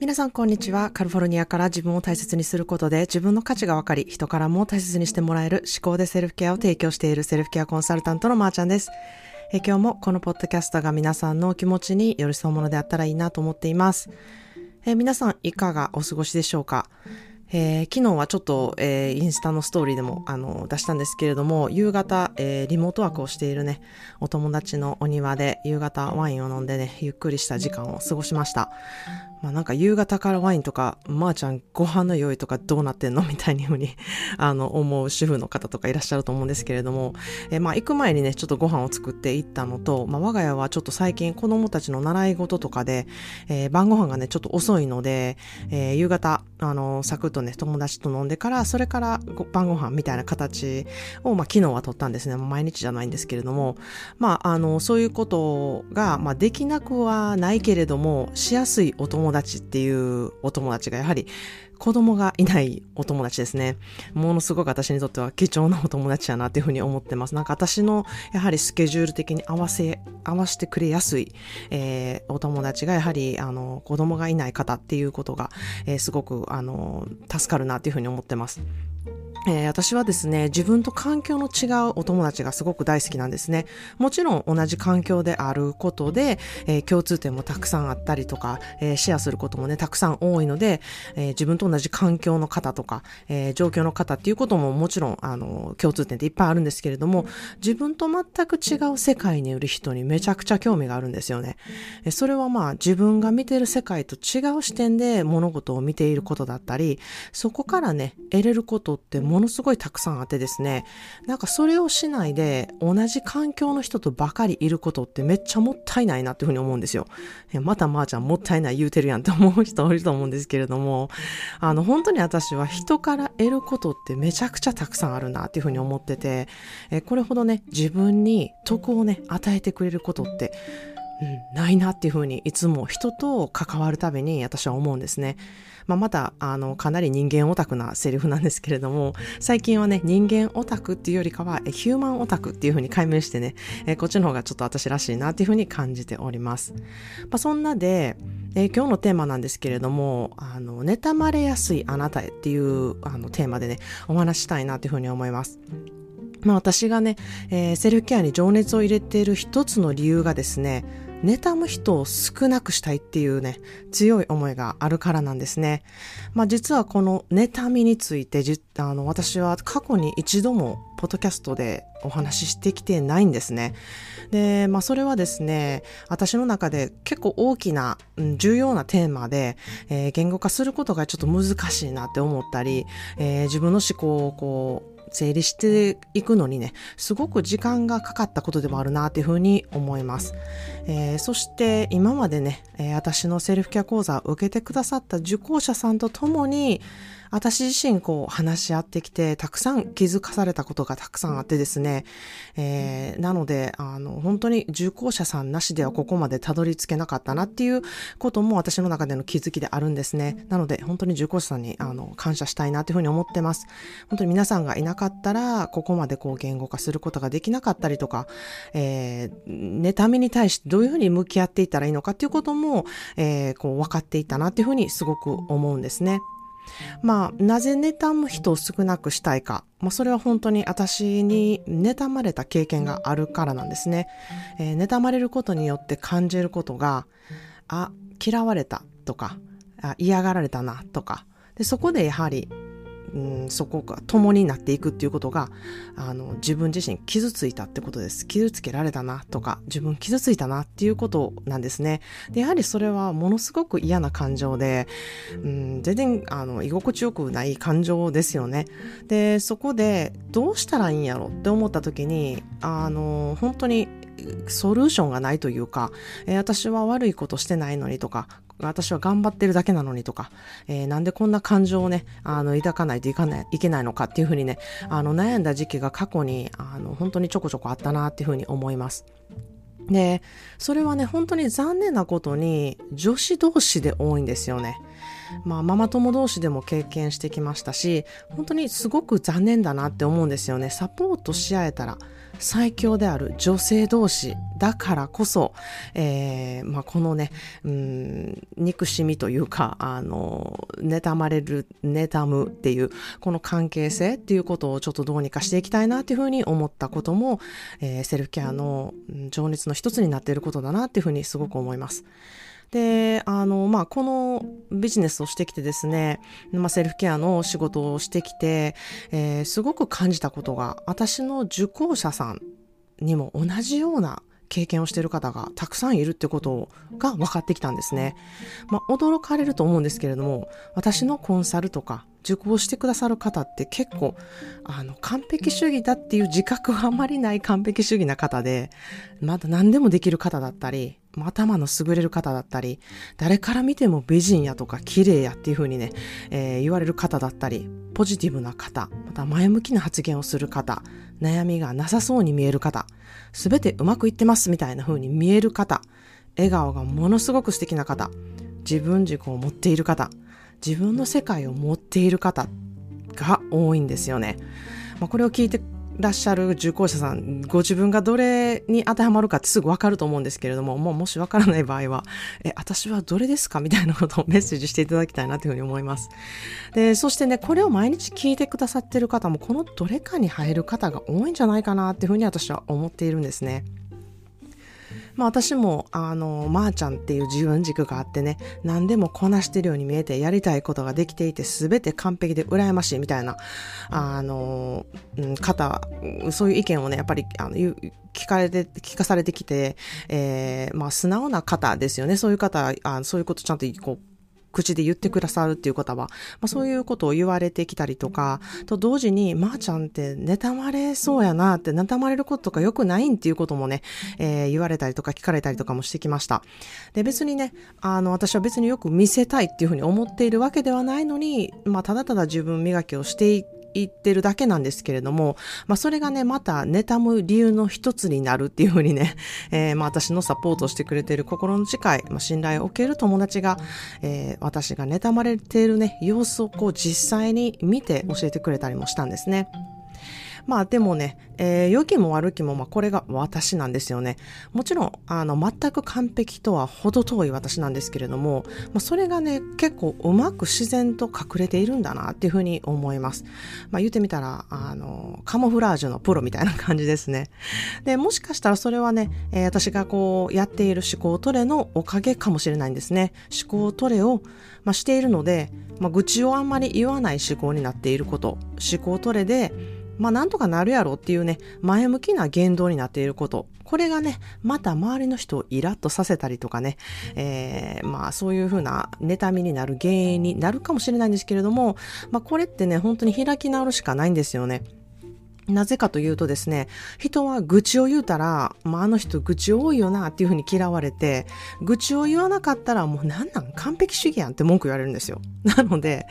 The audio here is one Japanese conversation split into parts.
皆さんこんにちは。カリフォルニアから自分を大切にすることで自分の価値が分かり、人からも大切にしてもらえる思考でセルフケアを提供しているセルフケアコンサルタントのまーちゃんです。今日もこのポッドキャストが皆さんの気持ちに寄り添うものであったらいいなと思っています。皆さんいかがお過ごしでしょうか。昨日はちょっと、インスタのストーリーでも出したんですけれども、夕方、リモートワークをしているねお友達のお庭で夕方ワインを飲んでね、ゆっくりした時間を過ごしました。なんか夕方からワインとか、まーちゃんご飯の用意とかどうなってんのみたいにふうに思う主婦の方とかいらっしゃると思うんですけれども、行く前にねちょっとご飯を作っていったのと、我が家はちょっと最近子供たちの習い事とかで、晩ご飯がねちょっと遅いので、夕方サクッとね友達と飲んでから、それから晩ご飯みたいな形を昨日は取ったんですね。毎日じゃないんですけれども、そういうことができなくはないけれども、しやすいお友達っていうお友達がやはり子供がいないお友達ですね。ものすごく私にとっては貴重なお友達やなっていうふうに思ってます。なんか私のやはりスケジュール的に合わせてくれやすい、お友達がやはり子供がいない方っていうことが、すごく助かるなっていうふうに思ってます。私はですね、自分と環境の違うお友達がすごく大好きなんですね。もちろん同じ環境であることで、共通点もたくさんあったりとか、シェアすることもねたくさん多いので、自分と同じ環境の方とか、状況の方っていうことももちろん共通点っていっぱいあるんですけれども、自分と全く違う世界にいる人にめちゃくちゃ興味があるんですよね。それは自分が見ている世界と違う視点で物事を見ていることだったり、そこからね得れることってものすごいたくさんあってですね、なんかそれをしないで同じ環境の人とばかりいることってめっちゃもったいないなっていうふうに思うんですよ。またまーちゃんもったいない言うてるやんって思う人いると思うんですけれども、本当に私は人から得ることってめちゃくちゃたくさんあるなっていうふうに思ってて、これほどね自分に得をね与えてくれることってないなっていうふうにいつも人と関わるたびに私は思うんですね。またかなり人間オタクなセリフなんですけれども、最近はね人間オタクっていうよりかはヒューマンオタクっていうふうに改名してね、こっちの方がちょっと私らしいなっていうふうに感じております。そんなで、今日のテーマなんですけれども、妬まれやすいあなたへっていうテーマでねお話したいなというふうに思います。私がね、セルフケアに情熱を入れている一つの理由がですね、妬む人を少なくしたいっていうね強い思いがあるからなんですね。実はこの妬みについて私は過去に一度もポッドキャストでお話ししてきてないんですね。で、それはですね、私の中で結構大きな、重要なテーマで、言語化することがちょっと難しいなって思ったり、自分の思考をこう整理していくのにねすごく時間がかかったことでもあるなっていうふうに思います。そして今までね、私のセルフケア講座を受けてくださった受講者さんと共に私自身話し合ってきて、たくさん気づかされたことがたくさんあってですね、なので本当に受講者さんなしではここまでたどり着けなかったなっていうことも私の中での気づきであるんですね。なので本当に受講者さんに感謝したいなというふうに思ってます。本当に皆さんがいなかったらここまで言語化することができなかったりとか、妬みに対してどういうふうに向き合っていったらいいのかっていうことも、分かっていたなっていうふうにすごく思うんですね。なぜ妬む人を少なくしたいか、それは本当に私に妬まれた経験があるからなんですね。妬まれることによって感じることが、嫌われたとか、嫌がられたなとかで、そこでやはりそこが共になっていくっていうことが自分自身傷ついたってことです。傷つけられたなとか自分傷ついたなっていうことなんですね。でやはりそれはものすごく嫌な感情で、全然居心地よくない感情ですよね。でそこでどうしたらいいんやろって思った時に本当にソリューションがないというか、私は悪いことしてないのにとか、私は頑張ってるだけなのにとか、なんでこんな感情をね抱かないといけないのかっていうふうにね悩んだ時期が過去に本当にちょこちょこあったなっていうふうに思います。でそれはね本当に残念なことに女子同士で多いんですよね。ママ友同士でも経験してきましたし、本当にすごく残念だなって思うんですよね。サポートし合えたら最強である女性同士だからこそ、このね、憎しみというか、妬むっていう、この関係性っていうことをちょっとどうにかしていきたいなっていうふうに思ったことも、セルフケアの情熱の一つになっていることだなっていうふうにすごく思います。で、このビジネスをしてきてですね、セルフケアの仕事をしてきて、すごく感じたことが、私の受講者さんにも同じような経験をしている方がたくさんいるってことが分かってきたんですね。驚かれると思うんですけれども、私のコンサルとか受講してくださる方って結構完璧主義だっていう自覚があまりない完璧主義な方で、まだ何でもできる方だったり、頭の優れる方だったり、誰から見ても美人やとか綺麗やっていう風にね、言われる方だったり、ポジティブな方、また前向きな発言をする方、悩みがなさそうに見える方、すべてうまくいってますみたいな風に見える方、笑顔がものすごく素敵な方、自分軸を持っている方、自分の世界を持っている方が多いんですよね。これを聞いてらっしゃる受講者さん、ご自分がどれに当てはまるかってすぐわかると思うんですけれども、もしわからない場合は、私はどれですかみたいなことをメッセージしていただきたいなというふうに思います。で、そしてね、これを毎日聞いてくださっている方も、このどれかに入る方が多いんじゃないかなっていうふうに私は思っているんですね。私もちゃんっていう自分軸があってね、何でもこなしてるように見えて、やりたいことができていて全て完璧で羨ましいみたいな方、そういう意見をねやっぱり聞かされてきて、素直な方ですよね。そういう方、そういうことちゃんと口で言ってくださるっていう方は、そういうことを言われてきたりとか、と同時に、ちゃんって妬まれそうやなって、妬まれることとか良くないんっていうこともね、言われたりとか聞かれたりとかもしてきました。で、別にね、私は別によく見せたいっていうふうに思っているわけではないのに、ただただ自分磨きをして言ってるだけなんですけれども、それがね、また妬む理由の一つになるっていうふうにね、私のサポートしてくれている心の近い、信頼を受ける友達が、私が妬まれているね、様子を実際に見て教えてくれたりもしたんですね。でもね、良きも悪きもこれが私なんですよね。もちろん全く完璧とは程遠い私なんですけれども、それがね結構うまく自然と隠れているんだなっていうふうに思います。言ってみたらカモフラージュのプロみたいな感じですね。で、もしかしたらそれはね、私がやっている思考トレのおかげかもしれないんですね。思考トレをしているので、愚痴をあんまり言わない思考になっていること、思考トレでなんとかなるやろっていうね、前向きな言動になっていること。これがね、また周りの人をイラッとさせたりとかね、そういうふうな妬みになる原因になるかもしれないんですけれども、これってね、本当に開き直るしかないんですよね。なぜかというとですね、人は愚痴を言うたら、あの人愚痴多いよなっていうふうに嫌われて、愚痴を言わなかったらもう完璧主義やんって文句言われるんですよ。なので、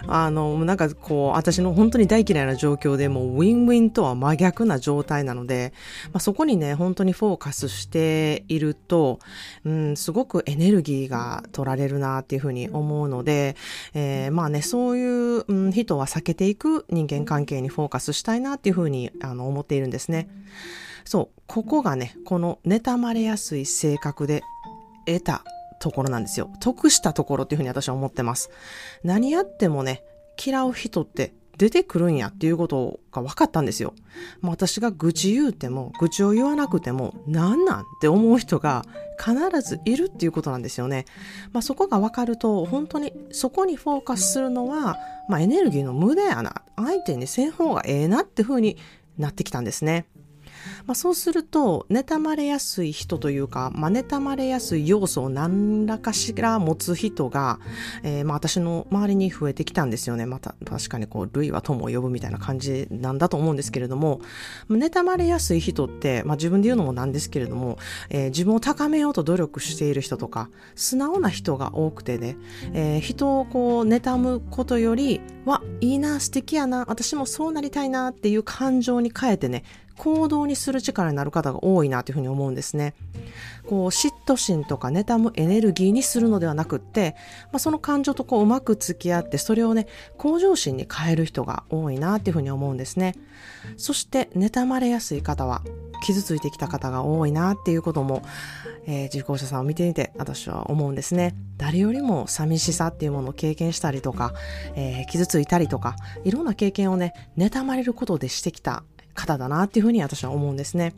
私の本当に大嫌いな状況でもうウィンウィンとは真逆な状態なので、そこにね、本当にフォーカスしていると、すごくエネルギーが取られるなっていうふうに思うので、そういう人は避けていく人間関係にフォーカスしたいなっていうふうに思っているんですね。そう、ここがね、この妬まれやすい性格で得たところなんですよ。得したところっていうふうに私は思ってます。何やってもね、嫌う人って出てくるんやっていうことが分かったんですよ。私が愚痴言うても、愚痴を言わなくても、なんって思う人が必ずいるっていうことなんですよね。そこが分かると、本当にそこにフォーカスするのは、エネルギーの無駄やな。相手にせん方がええなって風になってきたんですね。そうすると、妬まれやすい人というか、妬まれやすい要素を何らかしら持つ人が、私の周りに増えてきたんですよね。確かに類は友を呼ぶみたいな感じなんだと思うんですけれども、妬まれやすい人って、自分で言うのもなんですけれども、自分を高めようと努力している人とか、素直な人が多くてね、人を妬むことより、いいな、素敵やな、私もそうなりたいなっていう感情に変えてね、 行動にする力になる方が多いなというふうに思うんですね。こう嫉妬心とか妬むエネルギーにするのではなくって、その感情とうまく付き合って、それをね向上心に変える人が多いなというふうに思うんですね。そして妬まれやすい方は傷ついてきた方が多いなっていうことも、受講者さんを見てみて私は思うんですね。誰よりも寂しさっていうものを経験したりとか、傷ついたりとか、いろんな経験をね妬まれることでしてきた方だなっていうふうに私は思うんですね。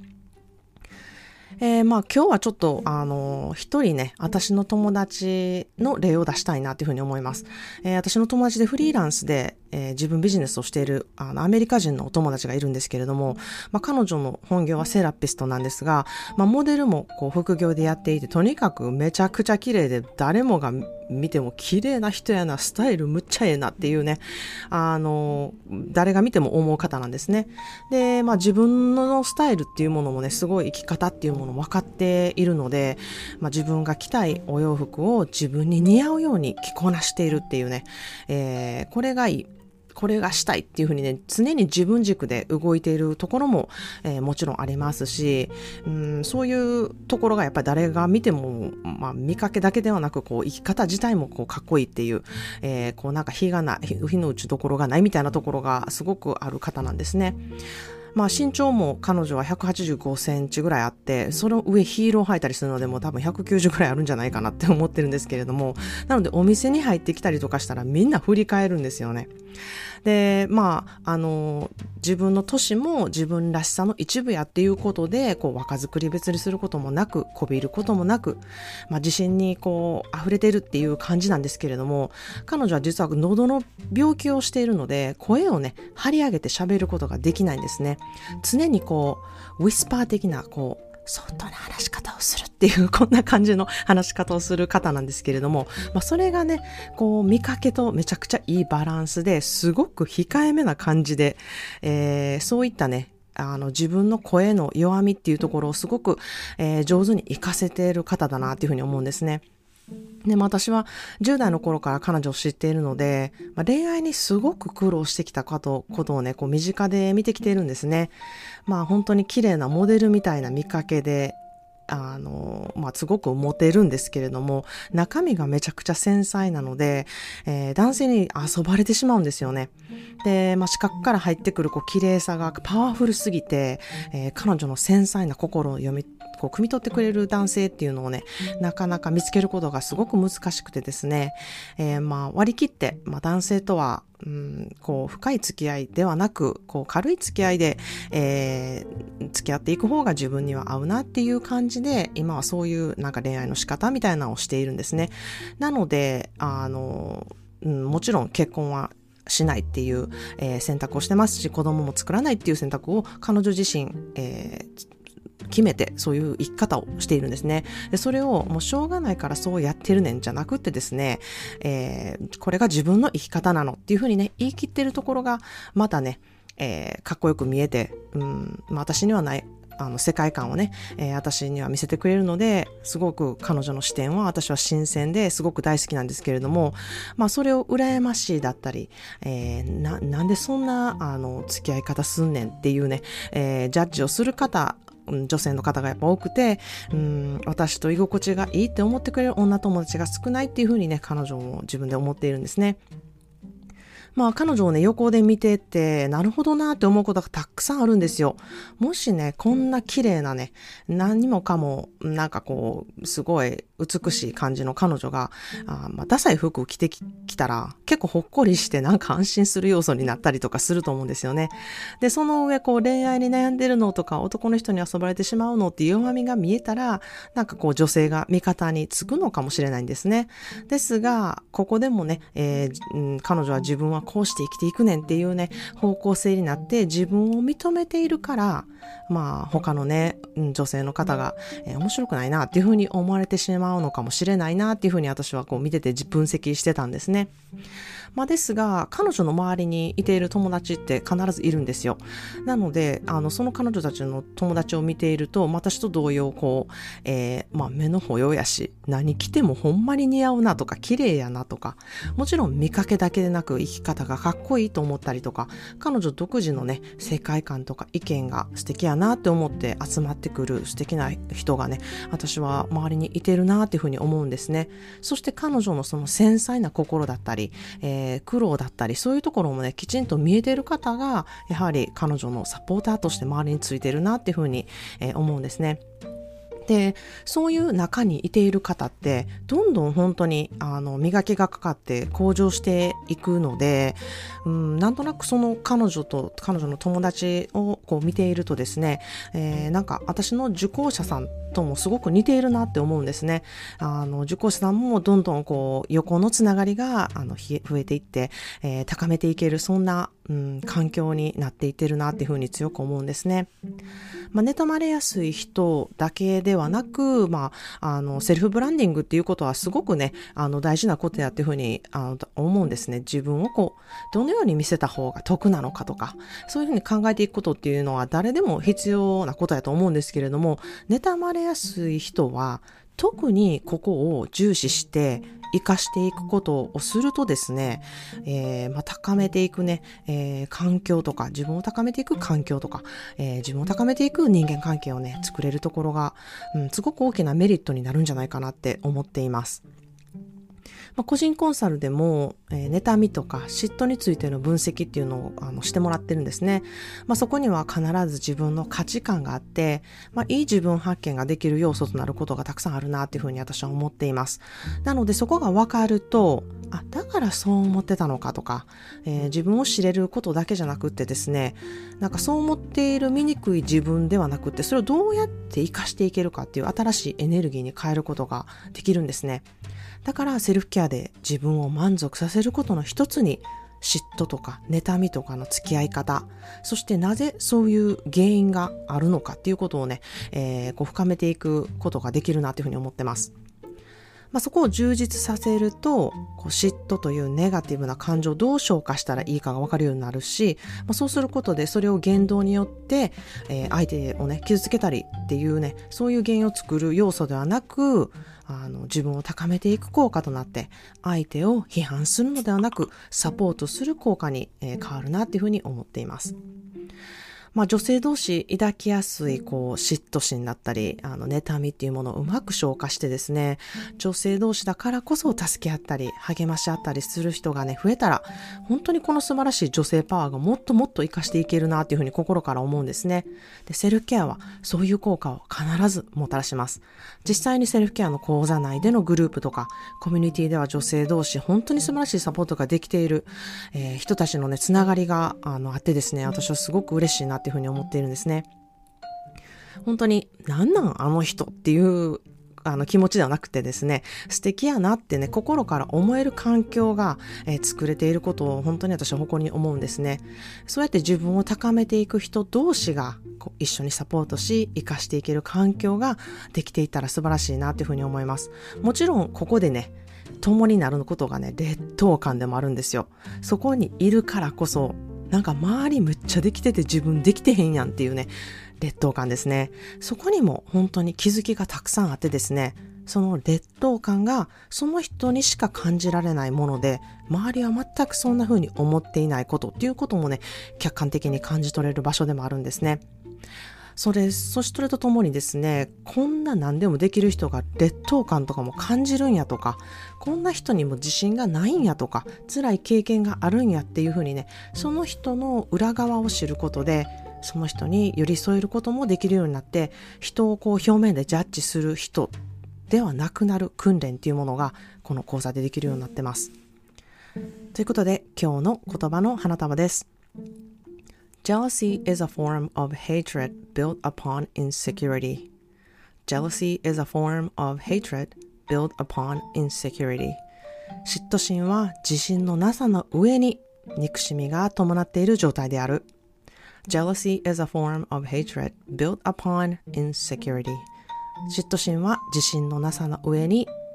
今日はちょっと一人ね私の友達の例を出したいなというふうに思います。私の友達でフリーランスで、自分ビジネスをしているアメリカ人のお友達がいるんですけれども、彼女の本業はセラピストなんですが、モデルも副業でやっていて、とにかくめちゃくちゃ綺麗で、誰もが見ても綺麗な人やな、スタイルむっちゃええなっていうね、誰が見ても思う方なんですね。で、自分のスタイルっていうものもね、すごい生き方っていうもの分かっているので、自分が着たいお洋服を自分に似合うように着こなしているっていうね、これがいい。これがしたいっていうふうにね、常に自分軸で動いているところも、もちろんありますし、そういうところがやっぱり誰が見ても、見かけだけではなく、生き方自体もかっこいいっていう、なんか火の打ちどころがないみたいなところがすごくある方なんですね。身長も彼女は185センチぐらいあって、その上ヒールを履いたりするのでも多分190ぐらいあるんじゃないかなって思ってるんですけれども、なのでお店に入ってきたりとかしたらみんな振り返るんですよね。で、自分の年も自分らしさの一部やっていうことで、若作り別にすることもなく、こびることもなく、自信に溢れてるっていう感じなんですけれども、彼女は実は喉の病気をしているので、声をね、張り上げて喋ることができないんですね。常にウィスパー的な、そっとな話し方をするっていうこんな感じの話し方をする方なんですけれども、それがね見かけとめちゃくちゃいいバランスですごく控えめな感じで、そういったね自分の声の弱みっていうところをすごく、上手に活かせている方だなっていうふうに思うんですね。でも私は10代の頃から彼女を知っているので、恋愛にすごく苦労してきたことをね身近で見てきているんですね。本当に綺麗なモデルみたいな見かけで、すごくモテるんですけれども、中身がめちゃくちゃ繊細なので、男性に遊ばれてしまうんですよね。で、視覚から入ってくる綺麗さがパワフルすぎて、彼女の繊細な心を汲み取ってくれる男性っていうのをね、なかなか見つけることがすごく難しくてですね、割り切って、男性とは深い付き合いではなく、軽い付き合いで、付き合っていく方が自分には合うなっていう感じで、今はそういうなんか恋愛の仕方みたいなのをしているんですね。なので、もちろん結婚はしないっていう、選択をしてますし、子供も作らないっていう選択を彼女自身、決めてそういう生き方をしているんですね。でそれをもうしょうがないからそうやってるねんじゃなくってですね、これが自分の生き方なのっていうふうにね言い切ってるところがまたね、かっこよく見えて、私にはない世界観をね、私には見せてくれるので、すごく彼女の視点は私は新鮮ですごく大好きなんですけれども、それを羨ましいだったり、なんでそんな付き合い方すんねんっていうね、ジャッジをする方、女性の方がやっぱ多くて、私と居心地がいいって思ってくれる女友達が少ないっていう風にね、彼女も自分で思っているんですね。彼女をね、横で見てて、なるほどなって思うことがたくさんあるんですよ。もしね、こんな綺麗なね、何にもかも、なんかすごい美しい感じの彼女が、ダサい服を着てきたら、結構ほっこりしてなんか安心する要素になったりとかすると思うんですよね。で、その上、恋愛に悩んでるのとか、男の人に遊ばれてしまうのっていう弱みが見えたら、なんか女性が味方につくのかもしれないんですね。ですが、ここでもね、彼女は自分はこうして生きていくねんっていうね方向性になって自分を認めているから、他のね女性の方が、面白くないなっていうふうに思われてしまうのかもしれないなっていうふうに私は見てて分析してたんですね。 ですが、彼女の周りにいている友達って必ずいるんですよ。なので、その彼女たちの友達を見ていると、私と同様、目の保養やし、何着てもほんまに似合うなとか、綺麗やなとか、もちろん見かけだけでなく生き方がかっこいいと思ったりとか、彼女独自のね、世界観とか意見が素敵やなって思って集まってくる素敵な人がね、私は周りにいてるなっていうふうに思うんですね。そして彼女のその繊細な心だったり、苦労だったり、そういうところもね、きちんと見えている方が、やはり彼女のサポーターとして周りについてるなっていうふうに、思うんですね。で、そういう中にいている方って、どんどん本当に、磨きがかかって向上していくので、なんとなくその彼女の友達をこう見ているとですね、なんか私の受講者さんともすごく似ているなって思うんですね。受講者さんもどんどんこう横のつながりが増えていって、高めていける、そんな、環境になっていってるなっていうふうに強く思うんですね。妬まれやすい人だけではなく、セルフブランディングっていうことはすごくね、大事なことやっていうふうに思うんですね。自分をどのように見せた方が得なのかとか、そういうふうに考えていくことっていうのは誰でも必要なことやと思うんですけれども、妬まれやすい人は特にここを重視して生かしていくことをするとですね、高めていくね、環境とか、自分を高めていく環境とか、自分を高めていく人間関係をね、作れるところが、すごく大きなメリットになるんじゃないかなって思っています。個人コンサルでも、妬みとか嫉妬についての分析っていうのをしてもらってるんですね。そこには必ず自分の価値観があって、いい自分発見ができる要素となることがたくさんあるなっていうふうに私は思っています。なのでそこが分かると、だからそう思ってたのかとか、自分を知れることだけじゃなくってですね、なんかそう思っている醜い自分ではなくって、それをどうやって活かしていけるかっていう新しいエネルギーに変えることができるんですね。だからセルフケアで自分を満足させることの一つに、嫉妬とか妬みとかの付き合い方、そしてなぜそういう原因があるのかっていうことをね、深めていくことができるなというふうに思ってます。そこを充実させると、嫉妬というネガティブな感情をどう消化したらいいかが分かるようになるし、そうすることでそれを言動によって、相手をね、傷つけたりっていうね、そういう原因を作る要素ではなく、自分を高めていく効果となって、相手を批判するのではなく、サポートする効果に、変わるなっていうふうに思っています。女性同士抱きやすい嫉妬心だったり妬みっていうものをうまく消化してですね、女性同士だからこそ助け合ったり励まし合ったりする人がね増えたら、本当にこの素晴らしい女性パワーがもっともっと活かしていけるなっていうふうに心から思うんですね。で、セルフケアはそういう効果を必ずもたらします。実際にセルフケアの講座内でのグループとかコミュニティでは女性同士本当に素晴らしいサポートができている、人たちのねつながりがあってですね、私はすごく嬉しいなっていうふうに思っているんですね。本当になんあの人っていう気持ちではなくてですね、素敵やなってね心から思える環境が、作れていることを本当に私は誇りに思うんですね。そうやって自分を高めていく人同士が一緒にサポートし生かしていける環境ができていたら素晴らしいなというふうに思います。もちろんここでね共になることがね劣等感でもあるんですよ。そこにいるからこそなんか周りむっちゃできてて自分できてへんやんっていうね劣等感ですね。そこにも本当に気づきがたくさんあってですね、その劣等感がその人にしか感じられないもので、周りは全くそんな風に思っていないことっていうこともね客観的に感じ取れる場所でもあるんですね。それとともにですね、こんな何でもできる人が劣等感とかも感じるんやとか、こんな人にも自信がないんやとか、辛い経験があるんやっていうふうにね、その人の裏側を知ることで、その人に寄り添えることもできるようになって、人を表面でジャッジする人ではなくなる訓練っていうものがこの講座でできるようになってます。ということで今日の言葉の花束です。Jealousy is a form of hatred built upon insecurity. Jealousy is a form of hatred built upon insecurity. 嫉妬心は自信のなさの上に憎しみが伴っている状態である。Jealousy is a form of hatred built upon insecurity. 嫉妬心は自信のなさの上に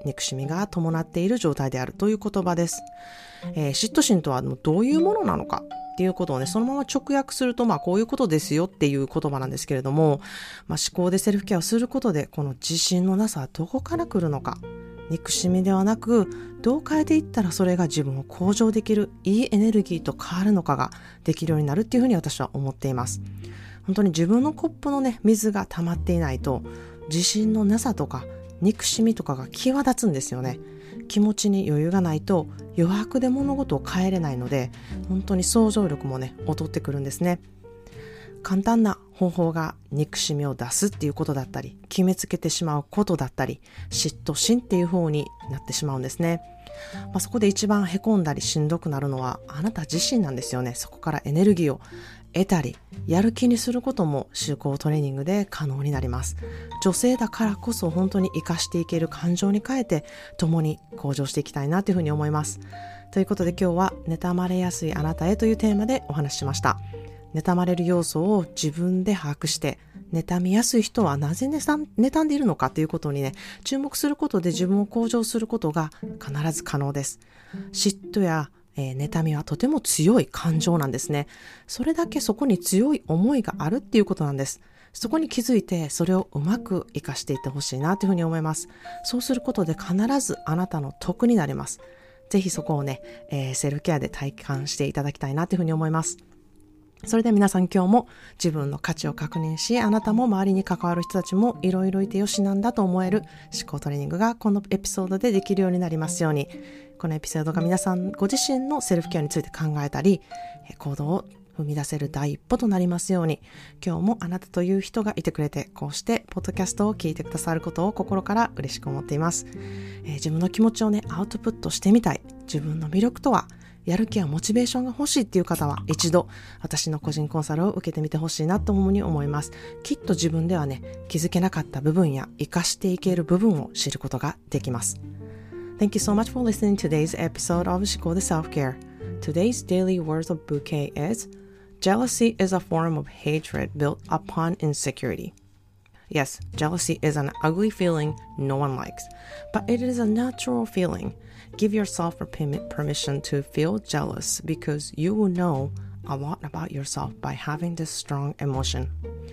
憎しみが伴っている状態であるという言葉です。嫉妬心とはどういうものなのかっていうことをね、そのまま直訳すると、こういうことですよっていう言葉なんですけれども、思考でセルフケアをすることで、この自信のなさはどこから来るのか、憎しみではなく、どう変えていったらそれが自分を向上できるいいエネルギーと変わるのかができるようになるっていうふうに私は思っています。本当に自分のコップのね、水が溜まっていないと、自信のなさとか憎しみとかが際立つんですよね。気持ちに余裕がないと余白で物事を変えれないので、本当に想像力もね、劣ってくるんですね。簡単な方法が憎しみを出すっていうことだったり、決めつけてしまうことだったり、嫉妬心っていう方になってしまうんですね。そこで一番へこんだりしんどくなるのはあなた自身なんですよね。そこからエネルギーを得たり、やる気にすることも思考トレーニングで可能になります。女性だからこそ本当に活かしていける感情に変えて、共に向上していきたいなというふうに思います。ということで今日は妬まれやすいあなたへというテーマでお話ししました。妬まれる要素を自分で把握して、妬みやすい人はなぜ妬んでいるのかということにね、注目することで自分を向上することが必ず可能です。嫉妬や妬みはとても強い感情なんですね。それだけそこに強い思いがあるっていうことなんです。そこに気づいてそれをうまく活かしていってほしいなというふうに思います。そうすることで必ずあなたの得になります。ぜひそこをね、セルフケアで体感していただきたいなというふうに思います。それでは皆さん今日も自分の価値を確認し、あなたも周りに関わる人たちもいろいろいてよしなんだと思える思考トレーニングがこのエピソードでできるようになりますように。このエピソードが皆さんご自身のセルフケアについて考えたり、行動を踏み出せる第一歩となりますように。今日もあなたという人がいてくれて、こうしてポッドキャストを聞いてくださることを心から嬉しく思っています。自分の気持ちをね、アウトプットしてみたい。自分の魅力とは、やる気やモチベーションが欲しいっていう方は一度私の個人コンサルを受けてみてほしいなと思います。きっと自分ではね、気づけなかった部分や活かしていける部分を知ることができます。Thank you so much for listening to today's episode of 思考で Self-Care. Today's daily words of bouquet is Jealousy is a form of hatred built upon insecurity. Yes, jealousy is an ugly feeling no one likes, but it is a natural feeling.Give yourself permission to feel jealous because you will know a lot about yourself by having this strong emotion.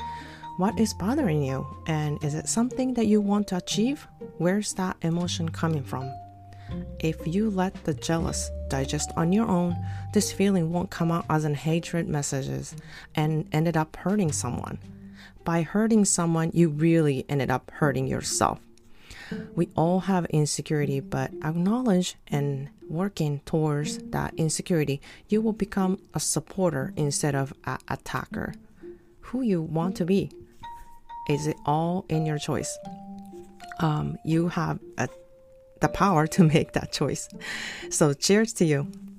What is bothering you? And is it something that you want to achieve? Where's that emotion coming from? If you let the jealous digest on your own, this feeling won't come out as an hatred messages and ended up hurting someone. By hurting someone, you really ended up hurting yourself.We all have insecurity, but acknowledge and working towards that insecurity, you will become a supporter instead of an attacker. Who you want to be, is it all in your choice? You have the power to make that choice. So cheers to you.